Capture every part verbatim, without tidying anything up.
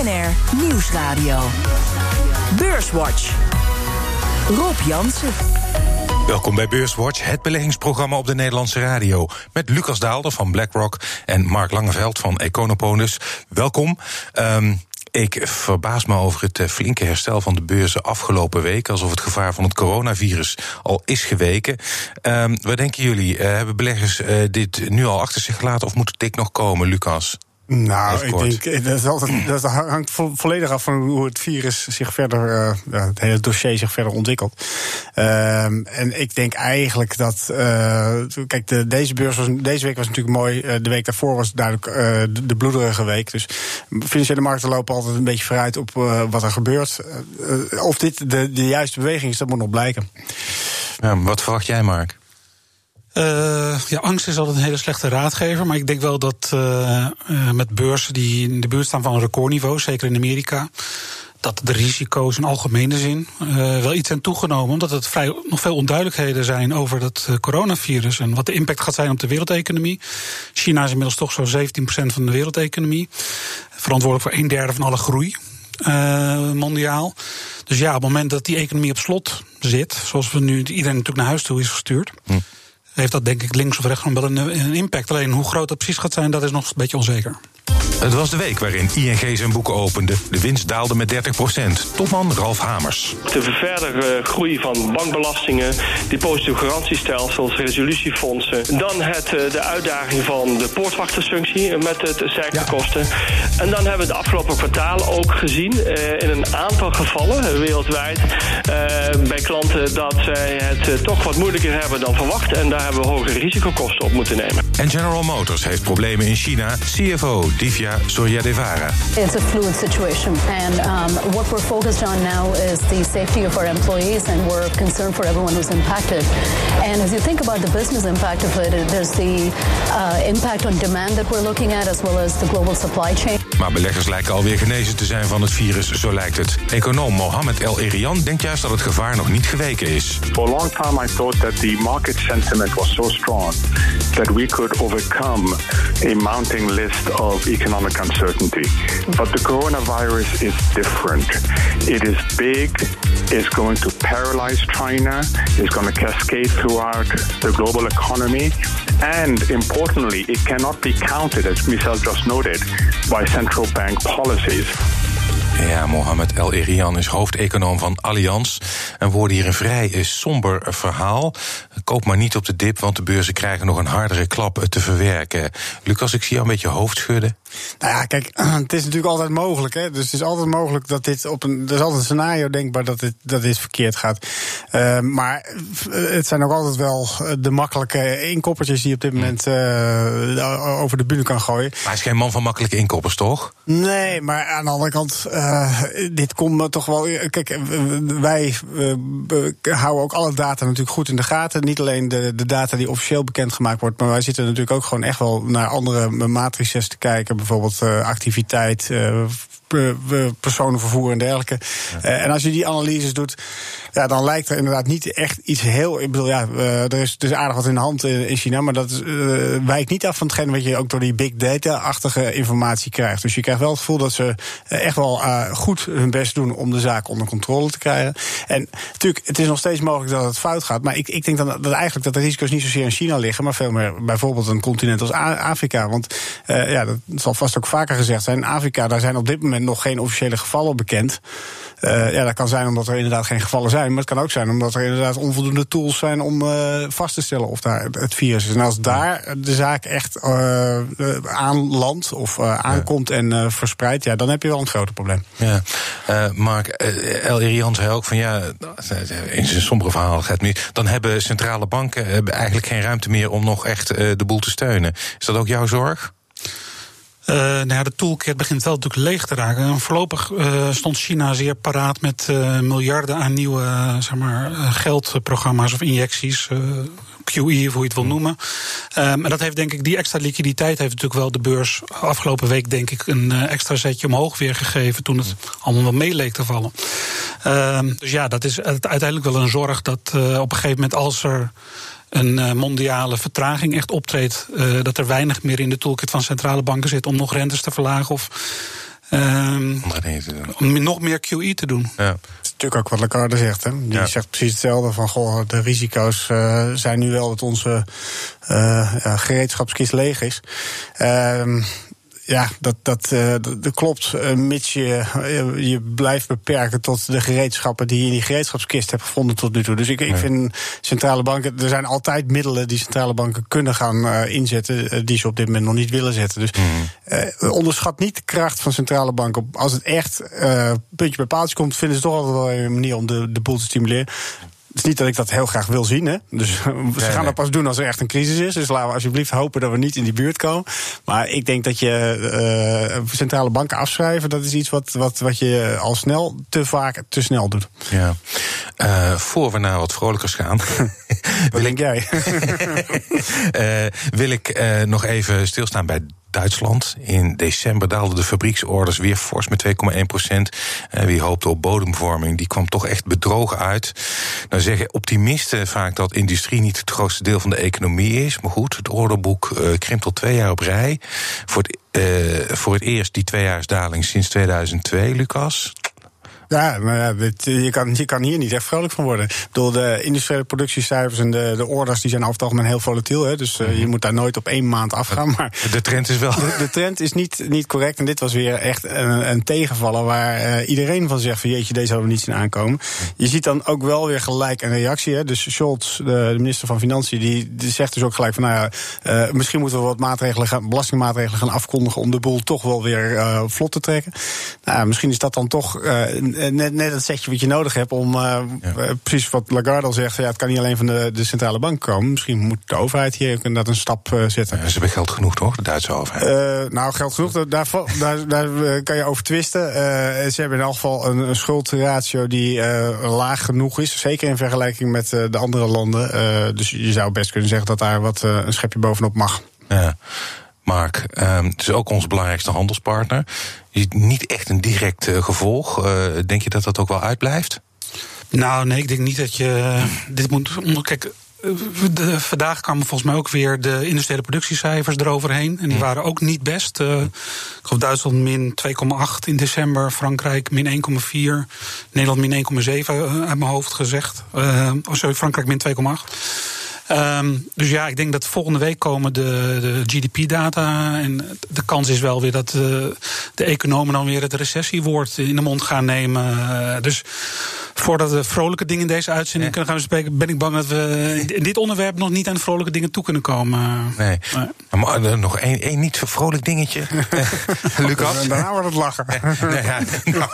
R Nieuwsradio. Beurswatch. Rob Jansen. Welkom bij Beurswatch, het beleggingsprogramma op de Nederlandse radio. Met Lucas Daalder van BlackRock en Mark Langeveld van Econopolis. Welkom. Um, Ik verbaas me over het flinke herstel van de beurzen afgelopen week, alsof het gevaar van het coronavirus al is geweken. Um, wat denken jullie? Uh, hebben beleggers uh, dit nu al achter zich gelaten of moet het dik nog komen, Lucas? Nou, ik denk, dat, is altijd, dat hangt vo- volledig af van hoe het virus zich verder, uh, het hele dossier zich verder ontwikkelt. Uh, en ik denk eigenlijk dat, uh, kijk, de, deze beurs was, deze week was natuurlijk mooi. Uh, de week daarvoor was duidelijk uh, de, de bloederige week. Dus financiële markten lopen altijd een beetje vooruit op uh, wat er gebeurt. Uh, of dit de, de juiste beweging is, dat moet nog blijken. Ja, wat verwacht jij, Mark? Uh, ja, angst is altijd een hele slechte raadgever. Maar ik denk wel dat uh, uh, met beurzen die in de buurt staan van een recordniveau, zeker in Amerika, dat de risico's in algemene zin uh, wel iets zijn toegenomen. Omdat het vrij nog veel onduidelijkheden zijn over dat uh, coronavirus en wat de impact gaat zijn op de wereldeconomie. China is inmiddels toch zo'n zeventien procent van de wereldeconomie. Verantwoordelijk voor een derde van alle groei uh, mondiaal. Dus ja, op het moment dat die economie op slot zit, zoals we nu iedereen natuurlijk naar huis toe is gestuurd, hm. heeft dat denk ik links of rechts wel een, een impact. Alleen hoe groot dat precies gaat zijn, dat is nog een beetje onzeker. Het was de week waarin I N G zijn boeken opende. De winst daalde met dertig procent. Topman Ralf Hamers. De verdere groei van bankbelastingen, depositogarantiestelsels, resolutiefondsen. Dan het, de uitdaging van de poortwachtersfunctie met het cijferkosten. Ja. En dan hebben we het afgelopen kwartaal ook gezien uh, in een aantal gevallen wereldwijd uh, bij klanten dat zij het uh, toch wat moeilijker hebben dan verwacht. En daar hebben we hogere risicokosten op moeten nemen. En General Motors heeft problemen in China. C F O Divya Suryadevara. It's a fluid situation, and um, what we're focused on now is the safety of our employees, and we're concerned for everyone who's impacted. And as you think about the business impact of it, there's the uh, impact on demand that we're looking at, as well as the global supply chain. Maar beleggers lijken alweer genezen te zijn van het virus, zo lijkt het. Econoom Mohammed El Erian denkt juist dat het gevaar nog niet geweken is. For a long time I thought that the market sentiment was so strong that we could overcome a mounting list of economic uncertainty. But the coronavirus is different. It is big, it's going to paralyze China, it's going to cascade throughout the global economy, and importantly, it cannot be counted, as Michel just noted, by central bank policies. Ja, Mohammed El Erian is hoofdeconoom van Allianz. En woorden hier een vrij somber verhaal. Koop maar niet op de dip, want de beurzen krijgen nog een hardere klap te verwerken. Lucas, ik zie jou een beetje hoofd schudden. Nou ja, kijk, het is natuurlijk altijd mogelijk, hè. Dus het is altijd mogelijk dat dit op een... Er is altijd een scenario denkbaar dat dit, dat dit verkeerd gaat. Uh, maar het zijn ook altijd wel de makkelijke inkoppertjes die je op dit moment uh, over de bühne kan gooien. Maar hij is geen man van makkelijke inkoppers, toch? Nee, maar aan de andere kant, uh, dit komt toch wel... Kijk, wij uh, houden ook alle data natuurlijk goed in de gaten. Niet alleen de, de data die officieel bekendgemaakt wordt, maar wij zitten natuurlijk ook gewoon echt wel naar andere matrices te kijken. Bijvoorbeeld uh, activiteit, uh, personenvervoer en dergelijke. Ja. Uh, en als je die analyses doet, ja, dan lijkt er inderdaad niet echt iets heel... Ik bedoel, ja, uh, er is dus aardig wat in de hand in, in China, maar dat uh, wijkt niet af van hetgeen wat je ook door die big data-achtige informatie krijgt. Dus je krijgt wel het gevoel dat ze echt wel uh, goed hun best doen om de zaak onder controle te krijgen. En natuurlijk, het is nog steeds mogelijk dat het fout gaat, maar ik, ik denk dat, dat eigenlijk dat de risico's niet zozeer in China liggen, maar veel meer bijvoorbeeld een continent als Afrika. Want uh, ja, dat zal vast ook vaker gezegd zijn. In Afrika, daar zijn op dit moment nog geen officiële gevallen bekend. Uh, ja, dat kan zijn omdat er inderdaad geen gevallen zijn, maar het kan ook zijn omdat er inderdaad onvoldoende tools zijn om uh, vast te stellen of daar het virus is. En als daar de zaak echt uh, aanlandt of uh, aankomt ja. en uh, verspreidt, ja, dan heb je wel een groot probleem. Ja, uh, Mark, uh, El Erian zei ook van ja, in zijn sombere verhaal gaat het niet. Dan hebben centrale banken hebben eigenlijk geen ruimte meer om nog echt uh, de boel te steunen. Is dat ook jouw zorg? Uh, nou ja, de toolkit begint wel natuurlijk leeg te raken. En voorlopig uh, stond China zeer paraat met uh, miljarden aan nieuwe uh, zeg maar, uh, geldprogramma's of injecties. Uh, Q E, of hoe je het wil noemen. Um, en dat heeft denk ik, die extra liquiditeit heeft natuurlijk wel de beurs afgelopen week denk ik een uh, extra zetje omhoog weer gegeven toen het allemaal wel mee leek te vallen. Um, dus ja, dat is uiteindelijk wel een zorg dat uh, op een gegeven moment als er een uh, mondiale vertraging echt optreedt, uh, dat er weinig meer in de toolkit van centrale banken zit om nog rentes te verlagen of Um, om nog meer Q E te doen. Ja. Dat is natuurlijk ook wat Lagarde zegt. Hè? Die ja. zegt precies hetzelfde van, goh, de risico's uh, zijn nu wel dat onze uh, ja, gereedschapskist leeg is. Um, Ja, dat, dat, uh, dat, dat klopt. Uh, mits je, uh, je blijft beperken tot de gereedschappen die je in die gereedschapskist hebt gevonden tot nu toe. Dus ik, ik vind centrale banken, er zijn altijd middelen die centrale banken kunnen gaan uh, inzetten, uh, die ze op dit moment nog niet willen zetten. Dus uh, onderschat niet de kracht van centrale banken. Als het echt uh, puntje bij paaltje komt, vinden ze toch altijd wel een manier om de, de boel te stimuleren. Het is niet dat ik dat heel graag wil zien, hè. Dus ze nee, gaan nee. dat pas doen als er echt een crisis is. Dus laten we alsjeblieft hopen dat we niet in die buurt komen. Maar ik denk dat je uh, centrale banken afschrijven, dat is iets wat, wat, wat je al snel, te vaak, te snel doet. Ja. Uh, voor we naar wat vrolijkers gaan. Wat denk jij? uh, wil ik uh, nog even stilstaan bij Duitsland. In december daalden de fabrieksorders weer fors met twee komma één procent. Uh, wie hoopte op bodemvorming, die kwam toch echt bedrogen uit. Nou zeggen optimisten vaak dat industrie niet het grootste deel van de economie is. Maar goed, het orderboek uh, krimpt al twee jaar op rij. Voor het, uh, voor het eerst die tweejaarsdaling sinds tweeduizend twee, Lucas. Ja, maar ja, dit, je, kan, je kan hier niet echt vrolijk van worden. Ik bedoel, de industriële productiecijfers en de, de orders die zijn over het algemeen heel volatiel. Hè, dus uh, mm-hmm. je moet daar nooit op één maand afgaan. Maar de trend is wel. De, de trend is niet, niet correct. En dit was weer echt een, een tegenvaller waar uh, iedereen van zegt van jeetje, deze hadden we niet zien aankomen. Je ziet dan ook wel weer gelijk een reactie. Hè. Dus Scholz, de, de minister van Financiën, die, die zegt dus ook gelijk van nou ja, uh, misschien moeten we wat maatregelen gaan, belastingmaatregelen gaan afkondigen om de boel toch wel weer uh, vlot te trekken. Nou, misschien is dat dan toch Uh, Net, net het setje wat je nodig hebt om, uh, ja. precies wat Lagarde al zegt, ja, het kan niet alleen van de, de centrale bank komen. Misschien moet de overheid hier inderdaad een stap uh, zetten. Ja, ze hebben geld genoeg, toch, de Duitse overheid? Uh, nou, geld genoeg, daar, daar, daar kan je over twisten. Uh, ze hebben in elk geval een, een schuldratio die uh, laag genoeg is, zeker in vergelijking met uh, de andere landen. Uh, dus je zou best kunnen zeggen dat daar wat uh, een schepje bovenop mag. Ja. Mark, um, het is ook onze belangrijkste handelspartner. Niet echt een direct uh, gevolg. Uh, denk je dat dat ook wel uitblijft? Nou, nee, ik denk niet dat je dit moet. Kijk, de, vandaag kwamen volgens mij ook weer de industriële productiecijfers eroverheen. En die waren ook niet best. Uh, ik geloof Duitsland min twee komma acht in december. Frankrijk min één komma vier. Nederland min één komma zeven uh, uit mijn hoofd gezegd. Uh, oh, sorry, Frankrijk min twee komma acht. Um, dus ja, ik denk dat volgende week komen de, de G D P-data. En de kans is wel weer dat de, de economen dan weer het recessiewoord in de mond gaan nemen. Uh, dus voordat we vrolijke dingen in deze uitzending ja. kunnen gaan bespreken, ben ik bang dat we in dit onderwerp nog niet aan vrolijke dingen toe kunnen komen. Nee. nee. Maar uh, nog één, één niet zo vrolijk dingetje. Lucas? Daarna wordt het lachen. Nee, ja, nou.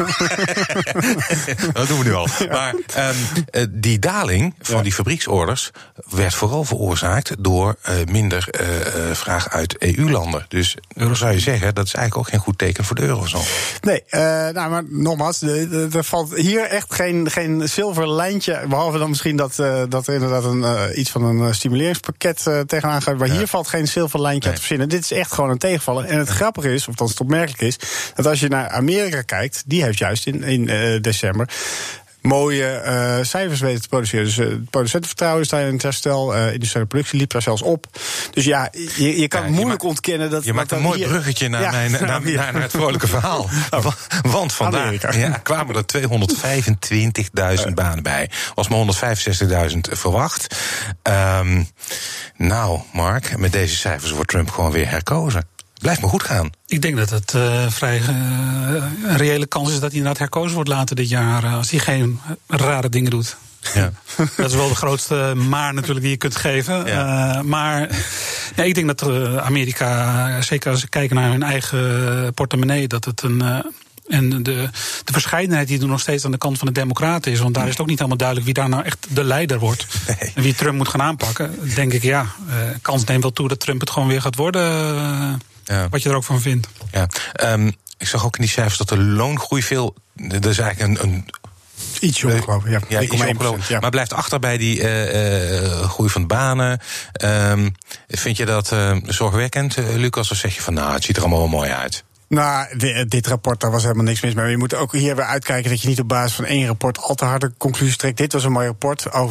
Dat doen we nu al. Maar um, die daling van ja. die fabrieksorders werd vooral veroorzaakt door uh, minder uh, vraag uit E U-landen. Dus dan zou je zeggen, dat is eigenlijk ook geen goed teken voor de eurozone. Nee, uh, nou, maar nogmaals, er valt hier echt geen, geen zilver lijntje, behalve dan misschien dat, uh, dat er inderdaad een, uh, iets van een stimuleringspakket uh, tegenaan gaat. Maar ja. hier valt geen zilver lijntje nee. uit te verzinnen. Dit is echt gewoon een tegenvaller. En het ja. grappige is, of dat het opmerkelijk is, dat als je naar Amerika kijkt, die heeft juist in, in uh, december mooie uh, cijfers weten te produceren. Dus uh, het producentenvertrouwen is daar in het herstel. Uh, industriële productie liep daar zelfs op. Dus ja, je, je kan ja, je moeilijk maakt, ontkennen dat. Je maakt een mooi hier bruggetje naar, ja, mijn, naar, naar, naar, naar het vrolijke verhaal. Oh. Want vandaag ja, kwamen er tweehonderdvijfentwintigduizend ja. banen bij. Was maar honderdvijfenzestigduizend verwacht. Um, nou, Mark, met deze cijfers wordt Trump gewoon weer herkozen. Blijft maar goed gaan. Ik denk dat het uh, vrij uh, een reële kans is dat hij inderdaad herkozen wordt later dit jaar. Uh, als hij geen rare dingen doet. Ja. Dat is wel de grootste maar natuurlijk die je kunt geven. Ja. Uh, maar nee, ik denk dat uh, Amerika, zeker als ze kijken naar hun eigen portemonnee, dat het een Uh, en de, de verscheidenheid die er nog steeds aan de kant van de Democraten is. Want daar is het ook niet helemaal duidelijk wie daar nou echt de leider wordt. Nee. En wie Trump moet gaan aanpakken. Denk ik, ja, uh, kans neemt wel toe dat Trump het gewoon weer gaat worden. Uh, ja. Wat je er ook van vindt. Ja. Um, ik zag ook in die cijfers dat de loongroei veel. Dat is eigenlijk een. een Iets jong, geloof ik. Ja, ja, iets jong, ja. Maar blijft achter bij die uh, uh, groei van banen. Um, vind je dat uh, zorgwekkend, uh, Lucas? Of zeg je van, nou, het ziet er allemaal wel mooi uit? Nou, dit, dit rapport, daar was helemaal niks mis mee. Je moet ook hier weer uitkijken dat je niet op basis van één rapport al te harde conclusies trekt. Dit was een mooi rapport. Overigens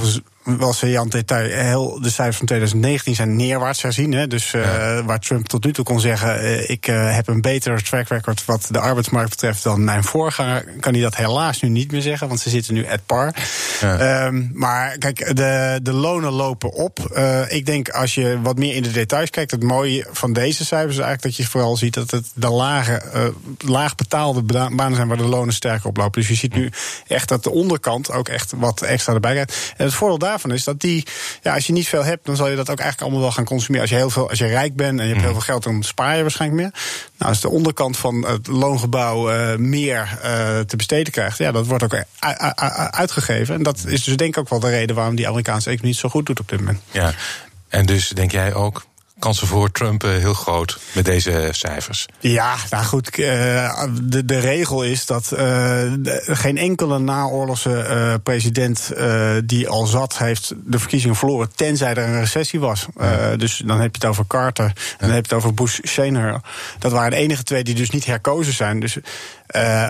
was Jan Detail, heel de cijfers van twintig negentien zijn neerwaarts herzien. Hè. Dus uh, ja. waar Trump tot nu toe kon zeggen, uh, ik uh, heb een betere track record wat de arbeidsmarkt betreft dan mijn voorganger, kan hij dat helaas nu niet meer zeggen, want ze zitten nu at par. Ja. Um, maar kijk, de, de lonen lopen op. Uh, ik denk als je wat meer in de details kijkt, het mooie van deze cijfers is eigenlijk dat je vooral ziet dat het de lage, uh, laag betaalde banen zijn waar de lonen sterker oplopen. Dus je ziet nu echt dat de onderkant ook echt wat extra erbij krijgt. En het voordeel daarvan is dat die, ja, als je niet veel hebt, dan zal je dat ook eigenlijk allemaal wel gaan consumeren. Als je heel veel, als je rijk bent en je hebt heel veel geld, dan spaar je waarschijnlijk meer. Nou, als de onderkant van het loongebouw uh, meer uh, te besteden krijgt, ja, dat wordt ook uitgegeven. En dat is dus denk ik ook wel de reden waarom die Amerikaanse economie het zo goed doet op dit moment. Ja, en dus denk jij ook, kansen voor Trump heel groot met deze cijfers? Ja, nou goed, de, de regel is dat uh, geen enkele naoorlogse uh, president uh, die al zat, heeft de verkiezingen verloren, tenzij er een recessie was. Ja. Uh, dus dan heb je het over Carter, ja. Dan heb je het over Bush senior. Dat waren de enige twee die dus niet herkozen zijn. Dus uh,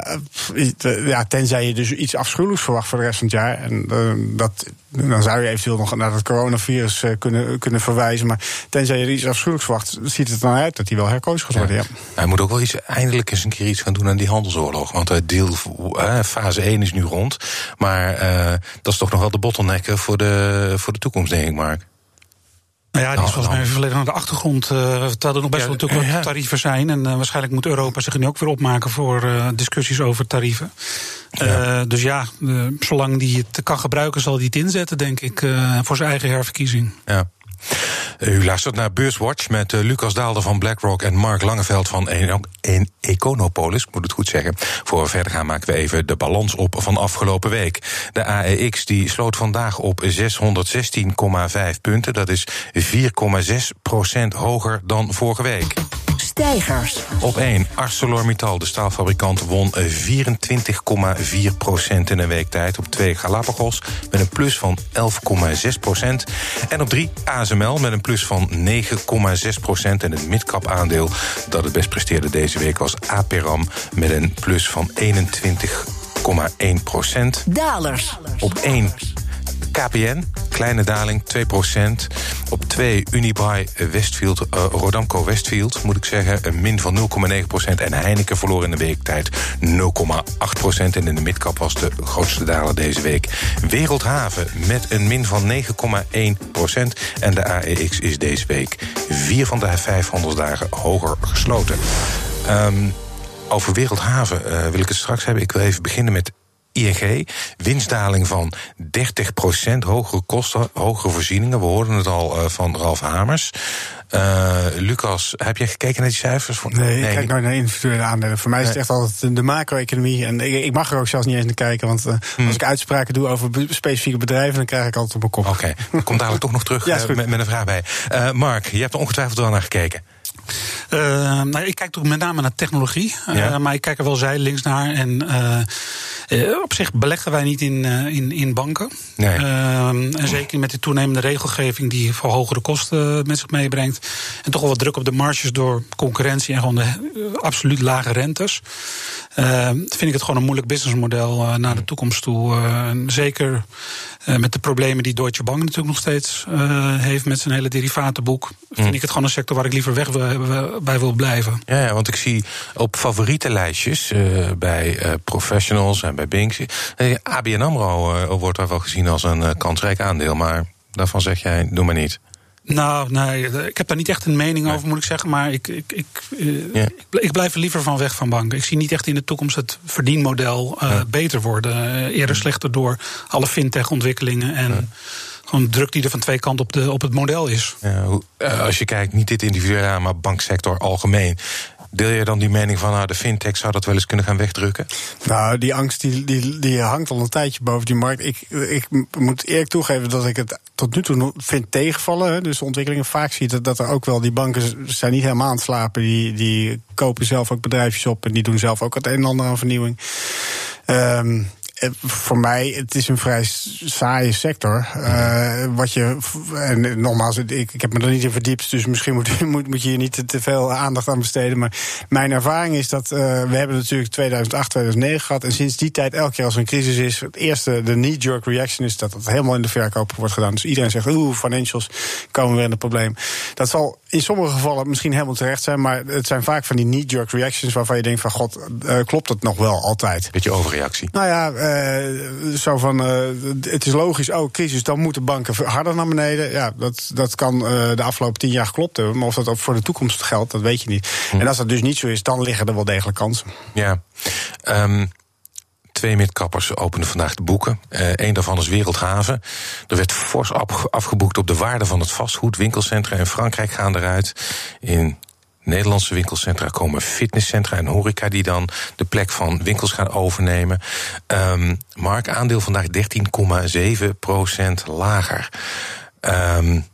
ja, tenzij je dus iets afschuwelijks verwacht voor de rest van het jaar. En uh, dat, dan zou je eventueel nog naar het coronavirus uh, kunnen, kunnen verwijzen. Maar tenzij je iets afschuwelijks verwacht, ziet het er dan uit dat hij wel herkozen gaat worden. Ja. Ja. Hij moet ook wel iets, eindelijk eens een keer iets gaan doen aan die handelsoorlog. Want uh, deel, uh, fase één is nu rond. Maar uh, dat is toch nog wel de bottleneck voor de, voor de toekomst, denk ik, Mark. Nou ja, die is volgens mij even volledig naar de achtergrond. Uh, terwijl er nog best ja, wel natuurlijk wat tarieven zijn. En uh, waarschijnlijk moet Europa zich nu ook weer opmaken voor uh, discussies over tarieven. Ja. Uh, dus ja, uh, zolang die het kan gebruiken, zal hij het inzetten, denk ik, uh, voor zijn eigen herverkiezing. Ja. U luistert naar Beurswatch met uh, Lucas Daalder van BlackRock en Mark Langeveld van e- Econopolis. Ik moet het goed zeggen. Voor we verder gaan maken we even de balans op van afgelopen week. De A E X die sloot vandaag op zeshonderdzestien komma vijf punten. Dat is vier komma zes procent hoger dan vorige week. Stijgers. Op één, ArcelorMittal, de staalfabrikant, won vierentwintig komma vier procent in een week tijd. Op twee, Galapagos met een plus van elf komma zes procent. En op drie, A S M L met een plus van negen komma zes procent. En het midcap aandeel dat het best presteerde deze week was Aperam met een plus van eenentwintig komma één procent. Dalers. Op één, K P N, kleine daling, twee procent. Op twee, Unibail Westfield, uh, Rodamco Westfield, moet ik zeggen, een min van nul komma negen procent. En Heineken verloor in de weektijd nul komma acht procent. En in de midcap was de grootste daler deze week Wereldhaven met een min van negen komma één procent. En de A E X is deze week vier van de vijf handelsdagen hoger gesloten. Um, over Wereldhaven uh, wil ik het straks hebben. Ik wil even beginnen met I N G, winstdaling van dertig procent, hogere kosten, hogere voorzieningen. We hoorden het al uh, van Ralf Hamers. Uh, Lucas, heb jij gekeken naar die cijfers? Nee, nee, ik kijk nooit naar individuele aandelen. Voor mij is het echt altijd de macro-economie. En ik, ik mag er ook zelfs niet eens naar kijken. Want uh, hmm. als ik uitspraken doe over specifieke bedrijven, dan krijg ik altijd op mijn kop. Oké, okay. Ik kom dadelijk toch nog terug ja, uh, met, met een vraag bij. Uh, Mark, je hebt er ongetwijfeld wel naar gekeken. Uh, nou, ik kijk toch met name naar technologie. Uh, ja. Maar ik kijk er wel zijdelings naar. En uh, uh, op zich beleggen wij niet in, uh, in, in banken. Nee. Uh, en zeker met de toenemende regelgeving die voor hogere kosten met zich meebrengt. En toch wel wat druk op de marges door concurrentie en gewoon de uh, absoluut lage rentes. Uh, vind ik het gewoon een moeilijk businessmodel uh, naar de toekomst toe. Uh, zeker uh, met de problemen die Deutsche Bank natuurlijk nog steeds uh, heeft met zijn hele derivatenboek. Vind mm. ik het gewoon een sector waar ik liever weg wil, bij wil blijven. Ja, ja, want ik zie op favoriete lijstjes uh, bij uh, professionals en bij Binks. Uh, A B N AMRO uh, wordt daar wel gezien als een uh, kansrijk aandeel. Maar daarvan zeg jij, doe maar niet. Nou, nee, ik heb daar niet echt een mening over, moet ik zeggen. Maar ik, ik, ik, uh, ja. ik, ik blijf er liever van weg van banken. Ik zie niet echt in de toekomst het verdienmodel uh, ja. beter worden. Uh, eerder slechter door alle fintech-ontwikkelingen en... Ja. Gewoon druk die er van twee kanten op, de, op het model is. Ja, uh, als je kijkt, niet dit individueel aan, maar banksector algemeen. Deel je dan die mening van, nou, de fintech zou dat wel eens kunnen gaan wegdrukken? Nou, die angst die, die, die hangt al een tijdje boven die markt. Ik, ik moet eerlijk toegeven dat ik het tot nu toe vind tegenvallen. Hè. Dus de ontwikkelingen vaak ziet dat, dat er ook wel, die banken zijn niet helemaal aan het slapen. Die, die kopen zelf ook bedrijfjes op en die doen zelf ook het een en ander aan vernieuwing. Um, voor mij, het is een vrij saaie sector. Uh, wat je, en nogmaals, ik, ik heb me er niet in verdiept, dus misschien moet, moet, moet je hier niet te veel aandacht aan besteden. Maar mijn ervaring is dat uh, we hebben natuurlijk tweeduizend acht, tweeduizend negen gehad. En sinds die tijd, elke keer als er een crisis is, het eerste, de knee-jerk reaction is dat het helemaal in de verkoop wordt gedaan. Dus iedereen zegt, oeh, financials komen weer in het probleem. Dat zal in sommige gevallen misschien helemaal terecht zijn, maar het zijn vaak van die knee-jerk reactions waarvan je denkt van, god, uh, klopt het nog wel altijd? Beetje overreactie. Nou ja, uh, zo van, uh, het is logisch, oh, crisis, dan moeten banken harder naar beneden. Ja, dat, dat kan uh, de afgelopen tien jaar geklopt hebben, maar of dat ook voor de toekomst geldt, dat weet je niet. Hm. En als dat dus niet zo is, dan liggen er wel degelijk kansen. Ja, um, twee midkappers openden vandaag de boeken. Eén uh, daarvan is Wereldhaven. Er werd fors afgeboekt op de waarde van het vastgoed. Winkelcentra in Frankrijk gaan eruit. In Nederlandse winkelcentra komen fitnesscentra en horeca die dan de plek van winkels gaan overnemen. Um, Mark, aandeel vandaag dertien komma zeven procent lager. Um,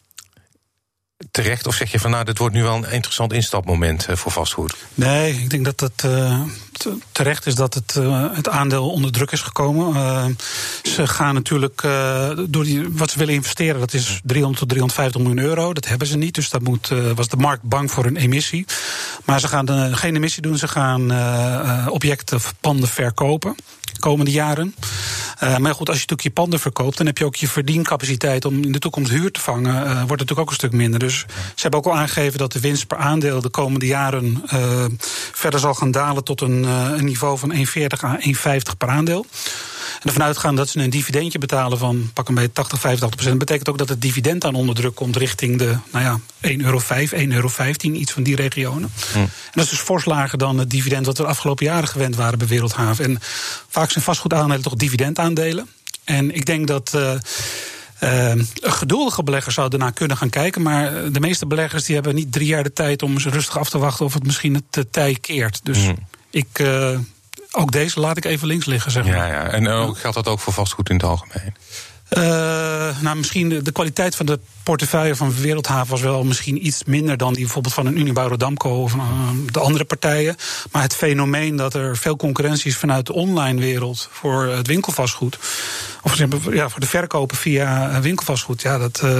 Terecht, of zeg je van nou, dit wordt nu wel een interessant instapmoment uh, voor vastgoed? Nee, ik denk dat het uh, terecht is dat het, uh, het aandeel onder druk is gekomen. Uh, ze gaan natuurlijk, uh, door die, wat ze willen investeren, dat is driehonderd tot driehonderdvijftig miljoen euro. Dat hebben ze niet, dus daar moet, uh, was de markt bang voor een emissie. Maar ze gaan uh, geen emissie doen, ze gaan uh, objecten of panden verkopen de komende jaren. Uh, maar goed, als je natuurlijk je panden verkoopt, dan heb je ook je verdiencapaciteit om in de toekomst huur te vangen, uh, wordt natuurlijk ook een stuk minder. Dus ze hebben ook al aangegeven dat de winst per aandeel de komende jaren uh, verder zal gaan dalen tot een, uh, een niveau van één komma veertig à één komma vijftig per aandeel. En ervan uitgaan dat ze een dividendje betalen van pak een beetje tachtig, vijfentachtig procent. Dat betekent ook dat het dividend aan onder druk komt richting de nou ja, één euro vijf, één euro vijftien, iets van die regionen. Hm. En dat is dus fors lager dan het dividend wat we de afgelopen jaren gewend waren bij Wereldhaven. En vaak zijn vastgoedaandelen toch dividendaandelen. En ik denk dat Uh, Uh, een geduldige belegger zou daarna kunnen gaan kijken, maar de meeste beleggers die hebben niet drie jaar de tijd om ze rustig af te wachten of het misschien het tij keert. Dus mm. ik, uh, ook deze laat ik even links liggen, zeg maar. Ja, ja. En uh, geldt dat ook voor vastgoed in het algemeen? Uh, nou, misschien de, de kwaliteit van de portefeuille van Wereldhaven was wel misschien iets minder dan die bijvoorbeeld van een Unibail-Rodamco of uh, de andere partijen. Maar het fenomeen dat er veel concurrentie is vanuit de online wereld voor het winkelvastgoed, of ja, voor de verkopen via winkelvastgoed, ja, dat, uh,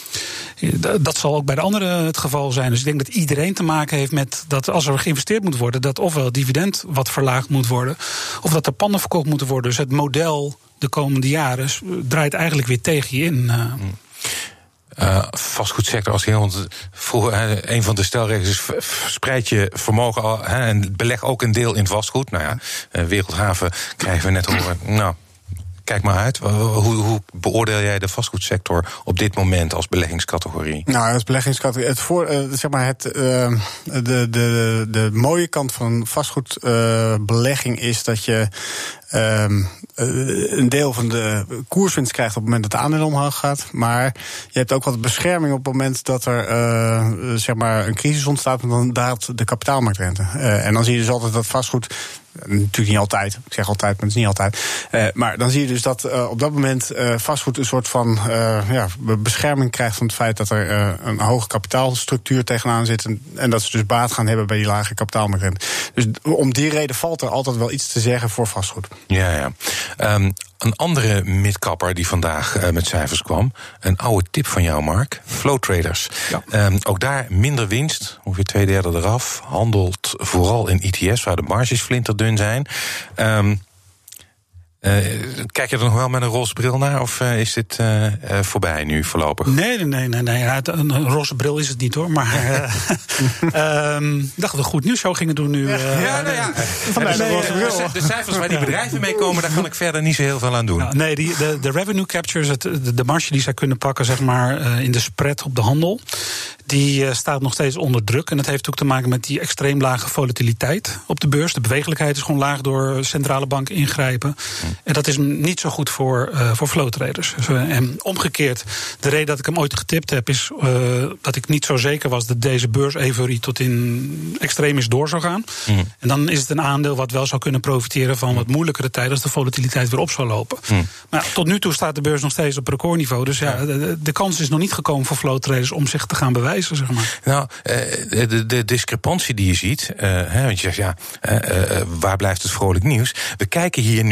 dat zal ook bij de anderen het geval zijn. Dus ik denk dat iedereen te maken heeft met dat als er geïnvesteerd moet worden, dat ofwel het dividend wat verlaagd moet worden, of dat er panden verkocht moeten worden. Dus het model de komende jaren draait eigenlijk weer tegen je in. Uh. Uh, vastgoedsector als heel. Vroeger, een van de stelregels is: verspreid je vermogen al, hè, en beleg ook een deel in vastgoed. Nou ja, uh, Wereldhaven krijgen we net horen. Nou, kijk maar uit. Hoe, hoe beoordeel jij de vastgoedsector op dit moment als beleggingscategorie? Nou, als beleggingscategorie. Het, voor, uh, zeg maar het, uh, de, de, de mooie kant van vastgoedbelegging uh, is dat je Um, een deel van de koerswinst krijgt op het moment dat de aandeel omhoog gaat. Maar je hebt ook wat bescherming op het moment dat er uh, zeg maar een crisis ontstaat, want dan daalt de kapitaalmarktrente. Uh, en dan zie je dus altijd dat vastgoed, natuurlijk niet altijd, ik zeg altijd, maar het is niet altijd. Uh, maar dan zie je dus dat uh, op dat moment uh, vastgoed een soort van uh, ja, bescherming krijgt van het feit dat er uh, een hoge kapitaalstructuur tegenaan zit. En, en dat ze dus baat gaan hebben bij die lage kapitaalmarktrente. Dus om die reden valt er altijd wel iets te zeggen voor vastgoed. Ja, ja. Um, een andere midkapper die vandaag uh, met cijfers kwam. Een oude tip van jou, Mark. Flow Traders. Ja. Um, ook daar minder winst, ongeveer twee derde eraf. Handelt vooral in E T F's, waar de marges flinterdun zijn. Um, Uh, kijk je er nog wel met een roze bril naar, of uh, is dit uh, uh, voorbij nu voorlopig? Nee, nee, nee, nee. Een roze bril is het niet, hoor. Maar uh, um, ik dacht dat we goed nieuws zo gingen doen nu. Uh, ja, nou ja. Van mij nee, roze bril. De cijfers waar die bedrijven mee komen, daar kan ik verder niet zo heel veel aan doen. Nou, nee, die, de, de revenue captures, het, de, de marge die zij kunnen pakken, zeg maar, uh, in de spread op de handel, die uh, staat nog steeds onder druk. En dat heeft ook te maken met die extreem lage volatiliteit op de beurs. De bewegelijkheid is gewoon laag door centrale banken ingrijpen. Hm. En dat is niet zo goed voor, uh, voor flow traders. Dus, uh, en omgekeerd, de reden dat ik hem ooit getipt heb, is uh, dat ik niet zo zeker was dat deze beurs-euforie tot in extremis door zou gaan. Mm. En dan is het een aandeel wat wel zou kunnen profiteren van wat moeilijkere tijden als de volatiliteit weer op zou lopen. Mm. Maar tot nu toe staat de beurs nog steeds op recordniveau. Dus ja, de, de kans is nog niet gekomen voor flow traders om zich te gaan bewijzen, zeg maar. Nou, uh, de, de discrepantie die je ziet, uh, hè, want je zegt ja, uh, uh, waar blijft het vrolijk nieuws? We kijken hier nu naar de winst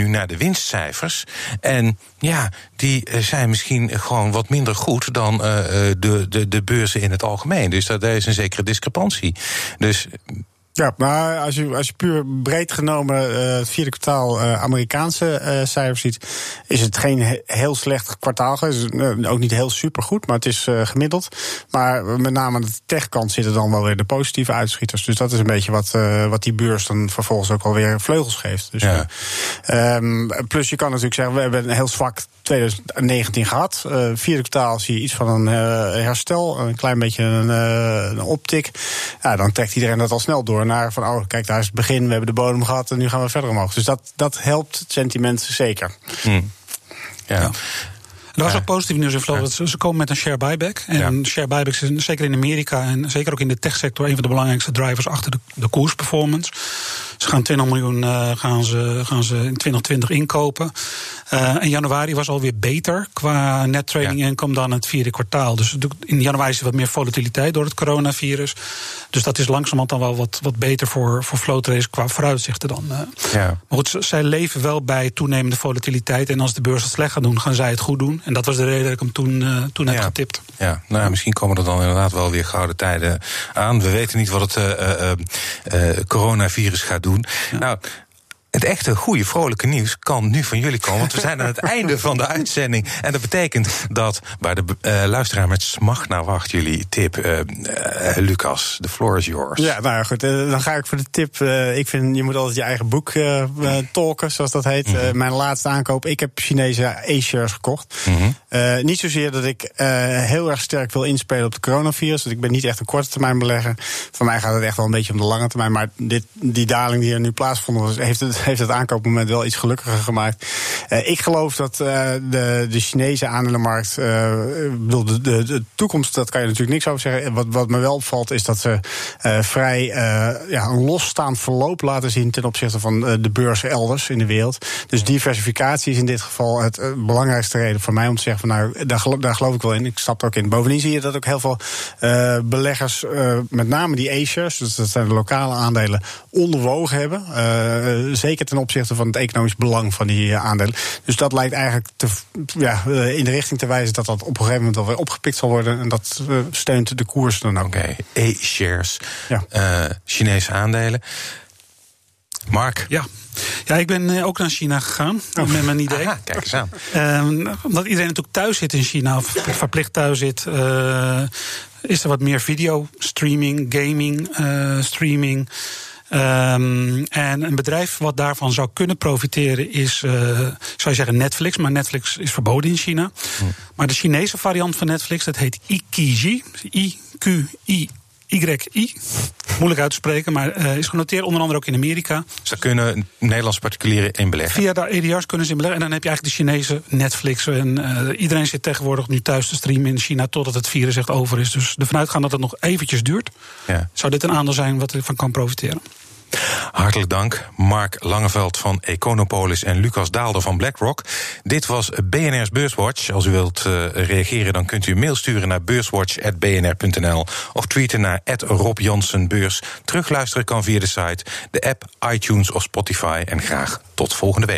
winstcijfers. En ja, die zijn misschien gewoon wat minder goed dan uh, de, de, de beurzen in het algemeen. Dus daar is een zekere discrepantie. Dus... Ja, maar als je, als je puur breed genomen uh, het vierde kwartaal uh, Amerikaanse uh, cijfers ziet, is het geen he- heel slecht kwartaal. Het is uh, ook niet heel supergoed, maar het is uh, gemiddeld. Maar met name aan de techkant zitten dan wel weer de positieve uitschieters. Dus dat is een beetje wat, uh, wat die beurs dan vervolgens ook alweer vleugels geeft. Dus, ja. uh, um, plus je kan natuurlijk zeggen, we hebben een heel zwak twintig negentien gehad. Uh, vierde kwartaal zie je iets van een uh, herstel, een klein beetje een, uh, een optik. Ja, dan trekt iedereen dat al snel door naar van, oh, kijk, daar is het begin, we hebben de bodem gehad en nu gaan we verder omhoog. Dus dat, dat helpt het sentiment zeker. Mm. Ja. ja. Er was ook positief nieuws in Vlo. Ze komen met een share buyback. En ja. share buybacks is zeker in Amerika en zeker ook in de techsector een van de belangrijkste drivers achter de, de koersperformance. Ze gaan twintig miljoen uh, gaan ze, gaan ze in twintig twintig inkopen. Uh, in januari was alweer beter qua net trading ja. income dan het vierde kwartaal. Dus in januari is er wat meer volatiliteit door het coronavirus. Dus dat is langzamerhand dan wel wat, wat beter voor, voor flow traders qua vooruitzichten dan. Uh. Ja. Maar goed, zij leven wel bij toenemende volatiliteit. En als de beurs het slecht gaat doen, gaan zij het goed doen. En dat was de reden dat ik hem toen, uh, toen heb ja. getipt. Ja, nou ja, misschien komen er dan inderdaad wel weer gouden tijden aan. We weten niet wat het uh, uh, uh, coronavirus gaat doen. Ja. Nou, het echte goede, vrolijke nieuws kan nu van jullie komen. Want we zijn aan het einde van de uitzending. En dat betekent dat waar de uh, luisteraar met smacht naar wacht, jullie tip. Uh, uh, Lucas, the floor is yours. Ja, nou ja, goed. Uh, dan ga ik voor de tip. Uh, ik vind, je moet altijd je eigen boek uh, uh, talken, zoals dat heet. Mm-hmm. Uh, mijn laatste aankoop. Ik heb Chinese A-shares gekocht. Mm-hmm. Uh, niet zozeer dat ik uh, heel erg sterk wil inspelen op de coronavirus. Want ik ben niet echt een korte termijn belegger. Voor mij gaat het echt wel een beetje om de lange termijn. Maar dit, die daling die er nu plaatsvond, heeft het heeft het aankoopmoment wel iets gelukkiger gemaakt. Uh, ik geloof dat uh, de, de Chinese aandelenmarkt, uh, bedoel, de, de, de toekomst, dat kan je natuurlijk niks over zeggen. Wat, wat me wel opvalt is dat ze uh, vrij uh, ja, een losstaand verloop laten zien ten opzichte van uh, de beurzen elders in de wereld. Dus diversificatie is in dit geval het uh, belangrijkste reden voor mij om te zeggen van nou, daar geloof, daar geloof ik wel in. Ik stap er ook in. Bovendien zie je dat ook heel veel uh, beleggers, uh, met name die A-shares, dus dat zijn de lokale aandelen, onderwogen hebben. Uh, zeker ten opzichte van het economisch belang van die uh, aandelen. Dus dat lijkt eigenlijk te, ja, uh, in de richting te wijzen dat dat op een gegeven moment alweer opgepikt zal worden. En dat uh, steunt de koers dan ook. Oké, okay. A-shares, ja. uh, Chinese aandelen. Mark? Ja. Ja, ik ben uh, ook naar China gegaan oh. met mijn idee. Aha, kijk eens aan. Um, omdat iedereen natuurlijk thuis zit in China, of verplicht thuis zit, uh, is er wat meer video, streaming, gaming, uh, streaming. Um, en een bedrijf wat daarvan zou kunnen profiteren is, uh, zou je zeggen, Netflix. Maar Netflix is verboden in China. Hm. Maar de Chinese variant van Netflix, dat heet Ikiji. I Q I Y I. Moeilijk uit te spreken, maar uh, is genoteerd onder andere ook in Amerika. Dus daar kunnen Nederlandse particulieren in beleggen? Via de A D R's kunnen ze in beleggen. En dan heb je eigenlijk de Chinese Netflix. En uh, iedereen zit tegenwoordig nu thuis te streamen in China totdat het virus echt over is. Dus ervan uitgaan dat het nog eventjes duurt, ja. zou dit een aandeel zijn wat ervan kan profiteren. Hartelijk dank, Mark Langeveld van Econopolis en Lucas Daalder van BlackRock. Dit was B N R's Beurswatch. Als u wilt uh, reageren, dan kunt u een mail sturen naar beurswatch at b n r punt n l of tweeten naar at rob jansen beurs. Terugluisteren kan via de site, de app, iTunes of Spotify. En graag tot volgende week.